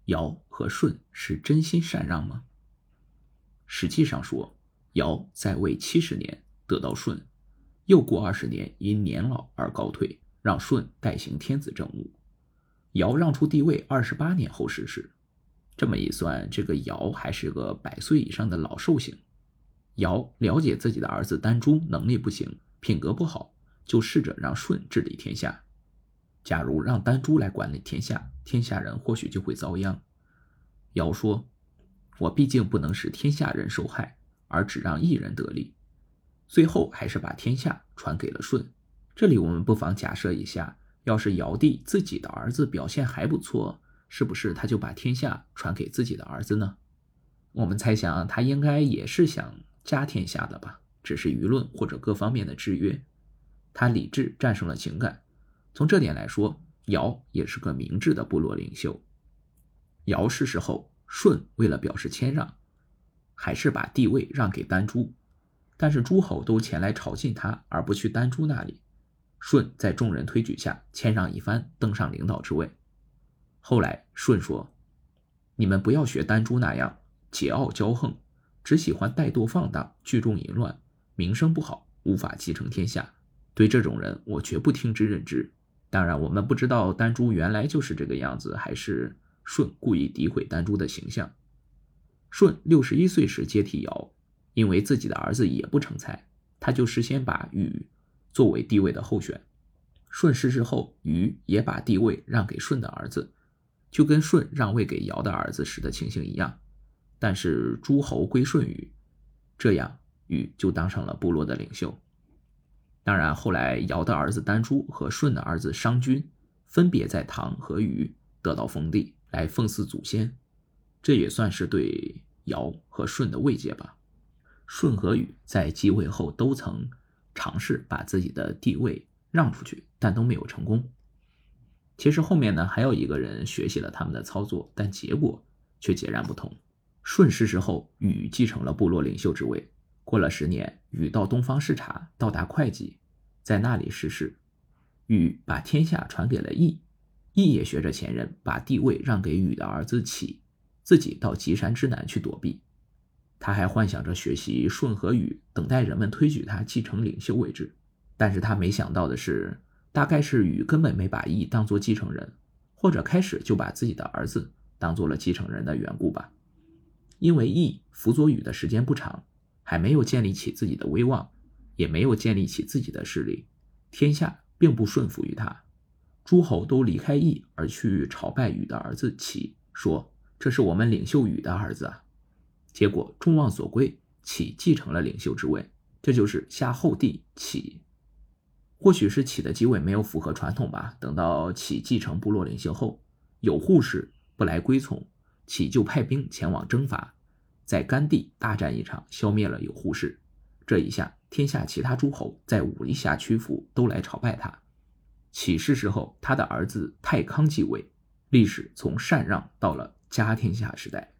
尧和舜是真心禅让吗？实际上说，尧在位70年得到舜，又过20年因年老而告退，让舜代行天子政务。尧让出帝位28年后逝世，这么一算，这个尧还是个100岁以上的老寿星。尧了解自己的儿子丹朱能力不行，品格不好，就试着让舜治理天下。假如让丹朱来管理天下，天下人或许就会遭殃。尧说，我毕竟不能使天下人受害，而只让一人得利。最后还是把天下传给了舜。这里我们不妨假设一下，要是尧帝自己的儿子表现还不错，是不是他就把天下传给自己的儿子呢？我们猜想他应该也是想家天下的吧，只是舆论或者各方面的制约。他理智战胜了情感，从这点来说，尧也是个明智的部落领袖。尧逝世后，舜为了表示谦让，还是把帝位让给丹朱，但是诸侯都前来朝觐他，而不去丹朱那里。舜在众人推举下谦让一番，登上领导之位。后来舜说，你们不要学丹朱那样桀骜骄横，只喜欢怠惰放荡，聚众淫乱，名声不好，无法继承天下。对这种人，我绝不听之任之。当然我们不知道丹朱原来就是这个样子，还是舜故意诋毁丹朱的形象。舜61岁时接替尧，因为自己的儿子也不成才，他就事先把禹作为帝位的候选。舜逝世后，禹也把帝位让给舜的儿子，就跟舜让位给尧的儿子时的情形一样。但是诸侯归顺禹，这样禹就当上了部落的领袖。当然后来尧的儿子丹朱和舜的儿子商均分别在唐和禹得到封地，来奉祀祖先，这也算是对尧和舜的慰藉吧。舜和禹在继位后都曾尝试把自己的地位让出去，但都没有成功。其实后面呢，还有一个人学习了他们的操作，但结果却截然不同。舜逝世后，禹继承了部落领袖之位。过了10年，禹到东方视察，到达会稽，在那里逝世。禹把天下传给了羿，羿也学着前人把地位让给禹的儿子启，自己到岐山之南去躲避。他还幻想着学习舜和禹，等待人们推举他继承领袖位置。但是他没想到的是，大概是禹根本没把羿当作继承人，或者开始就把自己的儿子当作了继承人的缘故吧。因为羿辅佐禹的时间不长，还没有建立起自己的威望，也没有建立起自己的势力，天下并不顺服于他。诸侯都离开羿而去朝拜禹的儿子启，说这是我们领袖禹的儿子啊。结果众望所归，启继承了领袖之位，这就是夏后帝启。或许是启的继位没有符合传统吧，等到启继承部落领袖后，有扈氏不来归从，启就派兵前往征伐，在甘地大战一场，消灭了有扈氏。这一下天下其他诸侯在武力下屈服，都来朝拜他。启逝世后，他的儿子太康继位，历史从禅让到了家天下时代。